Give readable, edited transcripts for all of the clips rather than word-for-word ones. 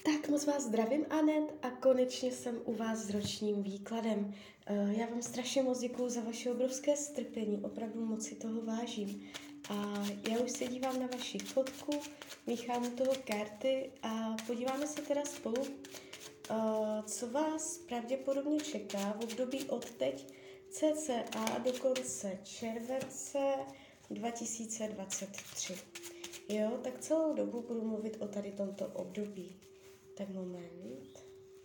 Tak moc vás zdravím, Anet, a konečně jsem u vás s ročním výkladem. Já vám strašně moc děkuju za vaše obrovské strpení, opravdu moc si toho vážím. A já už se dívám na vaši fotku, míchám u toho karty a podíváme se teda spolu, co vás pravděpodobně čeká v období od teď cca do konce července 2023. Jo, tak celou dobu budu mluvit o tady tomto období. Tak moment.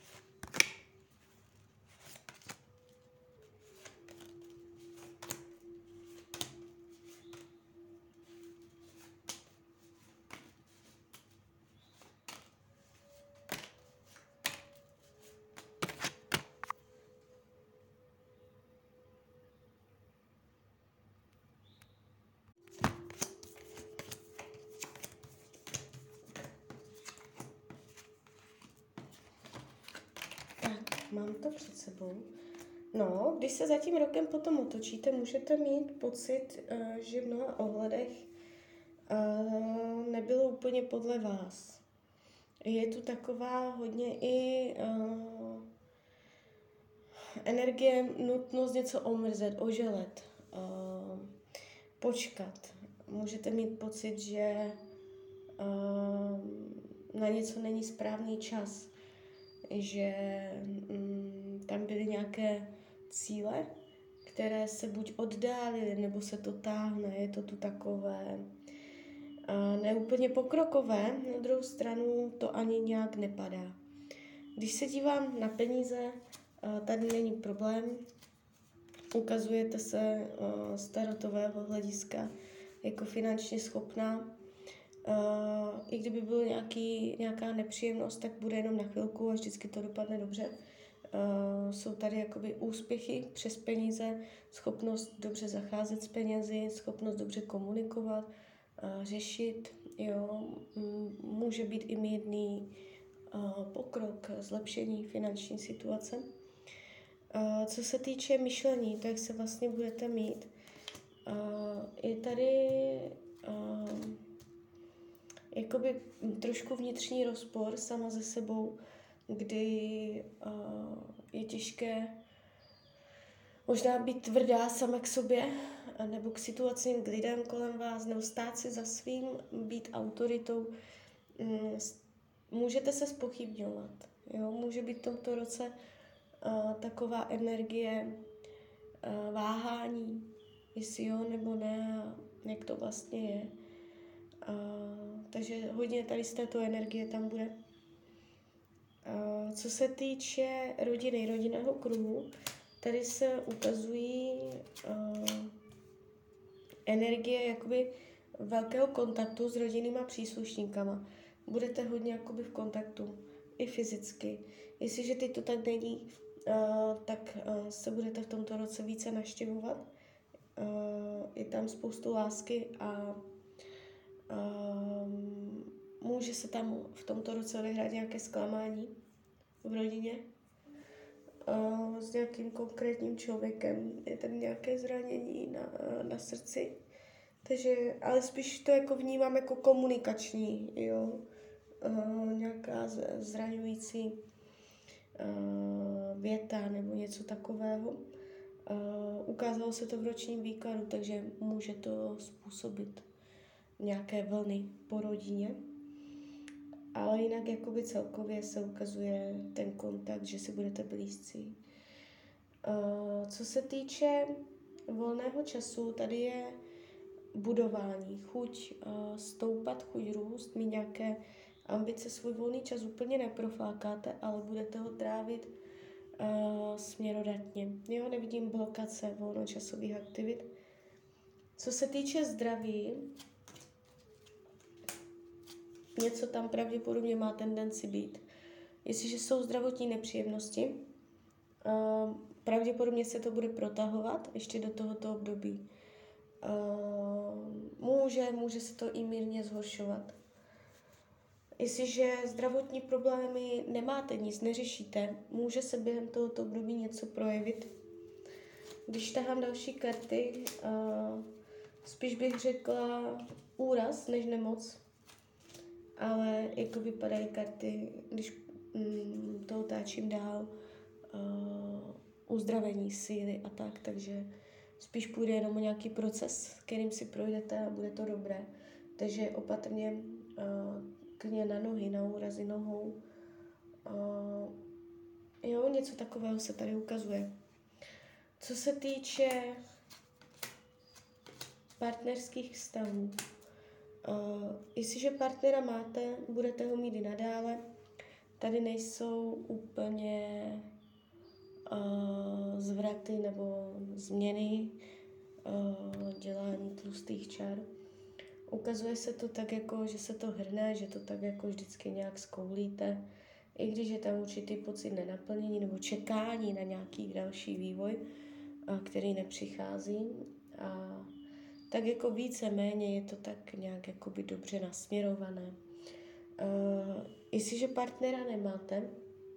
Tak, mám to před sebou. No, když se za tím rokem potom otočíte, můžete mít pocit, že v mnoha ohledech nebylo úplně podle vás. Je tu taková hodně i energie, nutnost něco omrzet, oželet, počkat. Můžete mít pocit, že na něco není správný čas, že tam byly nějaké cíle, které se buď oddálily, nebo se to táhne, je to tu takové neúplně pokrokové, na druhou stranu to ani nějak nepadá. Když se dívám na peníze, tady není problém, ukazujete se z tarotového hlediska jako finančně schopná. I kdyby byla nějaká nepříjemnost, tak bude jenom na chvilku a vždycky to dopadne dobře. Jsou tady jakoby úspěchy přes peníze, schopnost dobře zacházet s penězi, schopnost dobře komunikovat, řešit, jo. Může být i mírný pokrok, zlepšení finanční situace. Co se týče myšlení, tak se vlastně budete mít. Je tady jakoby trošku vnitřní rozpor sama ze sebou, kdy je těžké možná být tvrdá sama k sobě nebo k situacím, k lidem kolem vás, nebo stát si za svým, být autoritou. Můžete se zpochybňovat. Jo? Může být v tomto roce taková energie váhání, jestli jo nebo ne, jak to vlastně je. Takže hodně tady z této energie tam bude. Co se týče rodinného kruhu, tady se ukazují energie jakoby velkého kontaktu s rodinnýma příslušníkama. Budete hodně jakoby v kontaktu, i fyzicky. Jestliže teď to tak není, tak se budete v tomto roce více navštěvovat. Je tam spoustu lásky a může se tam v tomto roce odehrát nějaké zklamání v rodině s nějakým konkrétním člověkem. Je tam nějaké zranění na srdci. Takže, ale spíš to jako vnímám jako komunikační, jo. Nějaká zraňující věta nebo něco takového. Ukázalo se to v ročním výkladu, takže může to způsobit nějaké vlny po rodině. Ale jinak jakoby celkově se ukazuje ten kontakt, že si budete blízcí. Co se týče volného času, tady je budování, chuť stoupat, chuť růst, mít nějaké ambice. Svůj volný čas úplně neproflákáte, ale budete ho trávit směrodatně. Jo, nevidím blokace volnočasových aktivit. Co se týče zdraví, něco tam pravděpodobně má tendenci být. Jestliže jsou zdravotní nepříjemnosti, pravděpodobně se to bude protahovat ještě do tohoto období. Může se to i mírně zhoršovat. Jestliže zdravotní problémy nemáte, nic neřešíte, může se během tohoto období něco projevit. Když tahám další karty, spíš bych řekla úraz než nemoc. ale jako vypadají karty, když to otáčím dál, uzdravení síly a tak, takže spíš půjde jenom o nějaký proces, kterým si projdete a bude to dobré. Takže opatrně klidně na nohy, na úrazy nohou. Jo, něco takového se tady ukazuje. Co se týče partnerských vztahů, jestliže partnera máte, budete ho mít i nadále. Tady nejsou úplně zvraty nebo změny, dělání tlustých čar. Ukazuje se to tak, jako, že se to hrne, že to tak jako vždycky nějak zkoulíte, i když je tam určitý pocit nenaplnění nebo čekání na nějaký další vývoj, který nepřichází. A tak jako víceméně je to tak nějak jakoby dobře nasměrované. Jestliže partnera nemáte,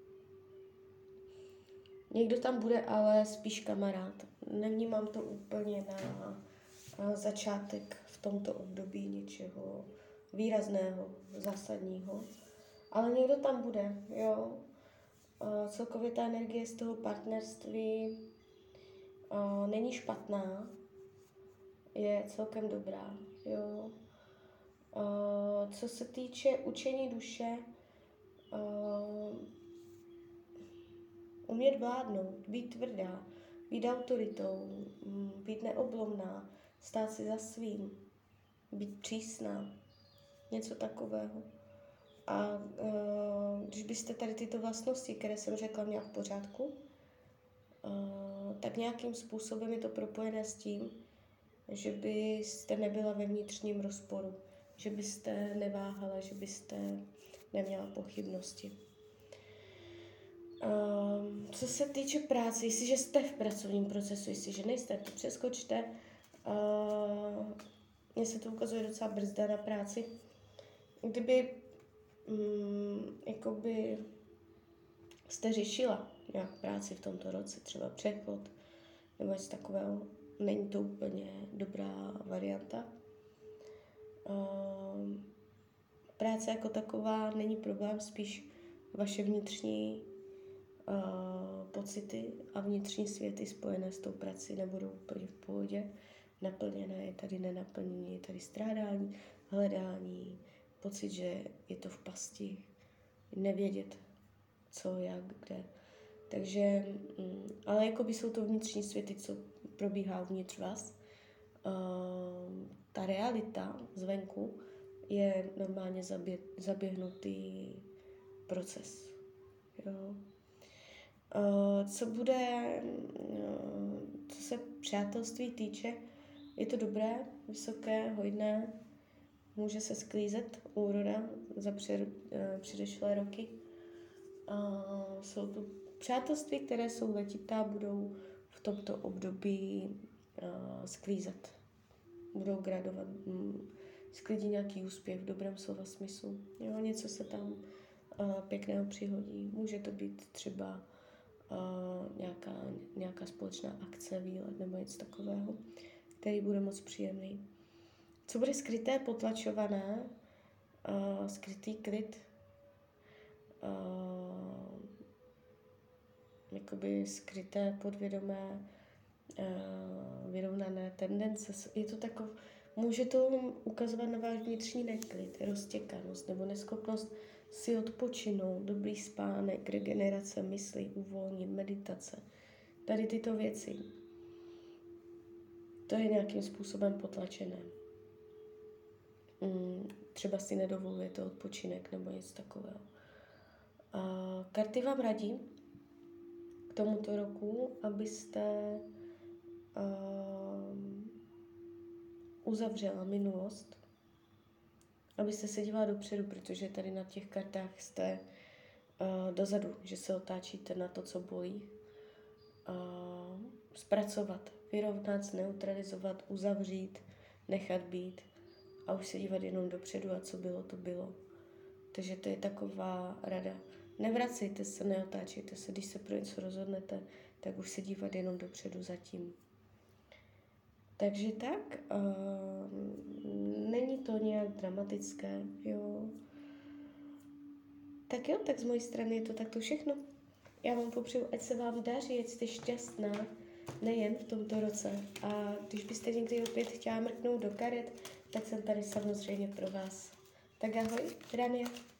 někdo tam bude, ale spíš kamarád. Nevnímám to úplně na začátek v tomto období něčeho výrazného, zásadního. Ale někdo tam bude, jo. Celkově ta energie z toho partnerství není špatná, je celkem dobrá, jo. Co se týče učení duše, umět vládnout, být tvrdá, být autoritou, být neoblomná, stát si za svým, být přísná, něco takového. A když byste tady tyto vlastnosti, které jsem řekla, měla v pořádku, tak nějakým způsobem je to propojené s tím, že byste nebyla ve vnitřním rozporu, že byste neváhala, že byste neměla pochybnosti. Co se týče práce, jestliže jste v pracovním procesu, jestliže nejste, to přeskočte. Mně se to ukazuje docela brzda na práci. Kdyby jakoby jste řešila nějak práci v tomto roce, třeba přechod nebo něco takového, není to úplně dobrá varianta. Práce jako taková není problém, spíš vaše vnitřní pocity a vnitřní světy spojené s tou prací nebudou úplně v pohodě. Naplněné je tady nenaplnění, je tady strádání, hledání, pocit, že je to v pasti, nevědět, co, jak, kde. Takže, ale jakoby jsou to vnitřní světy, co probíhá uvnitř vás. Ta realita zvenku je normálně zaběhnutý proces. Jo. Co se přátelství týče, je to dobré, vysoké, hojné, může se sklízet úroda za předešlé roky. Jsou tu přátelství, které jsou letitá, budou v tomto období sklízet. Budou gradovat, sklidí nějaký úspěch v dobrém slova smyslu. Jo, něco se tam pěkného přihodí. Může to být třeba nějaká společná akce, výlet nebo něco takového, který bude moc příjemný. Co bude skryté, potlačované, skrytý klid, jakoby skryté, podvědomé, vyrovnané tendence. Je to může to ukazovat na váš vnitřní neklid, roztěkanost nebo neschopnost si odpočinout, dobrý spánek, regenerace mysli, uvolnit, meditace. Tady tyto věci. To je nějakým způsobem potlačené. Třeba si nedovolujete odpočinek nebo něco takového. Karty vám radí k tomuto roku, abyste uzavřela minulost, abyste se dívala dopředu, protože tady na těch kartách jste dozadu, že se otáčíte na to, co bolí. Zpracovat, vyrovnat, zneutralizovat, uzavřít, nechat být a už se dívat jenom dopředu a co bylo, to bylo. Takže to je taková rada. Nevracejte se, neotáčejte se, když se pro něco rozhodnete, tak už se dívat jenom dopředu zatím. Takže tak, není to nějak dramatické, jo. Tak jo, tak z mojí strany je to takto všechno. Já vám popřeju, ať se vám daří, ať jste šťastná, nejen v tomto roce. A když byste někdy opět chtěla mrknout do karet, tak jsem tady samozřejmě pro vás. Tak ahoj, Rania.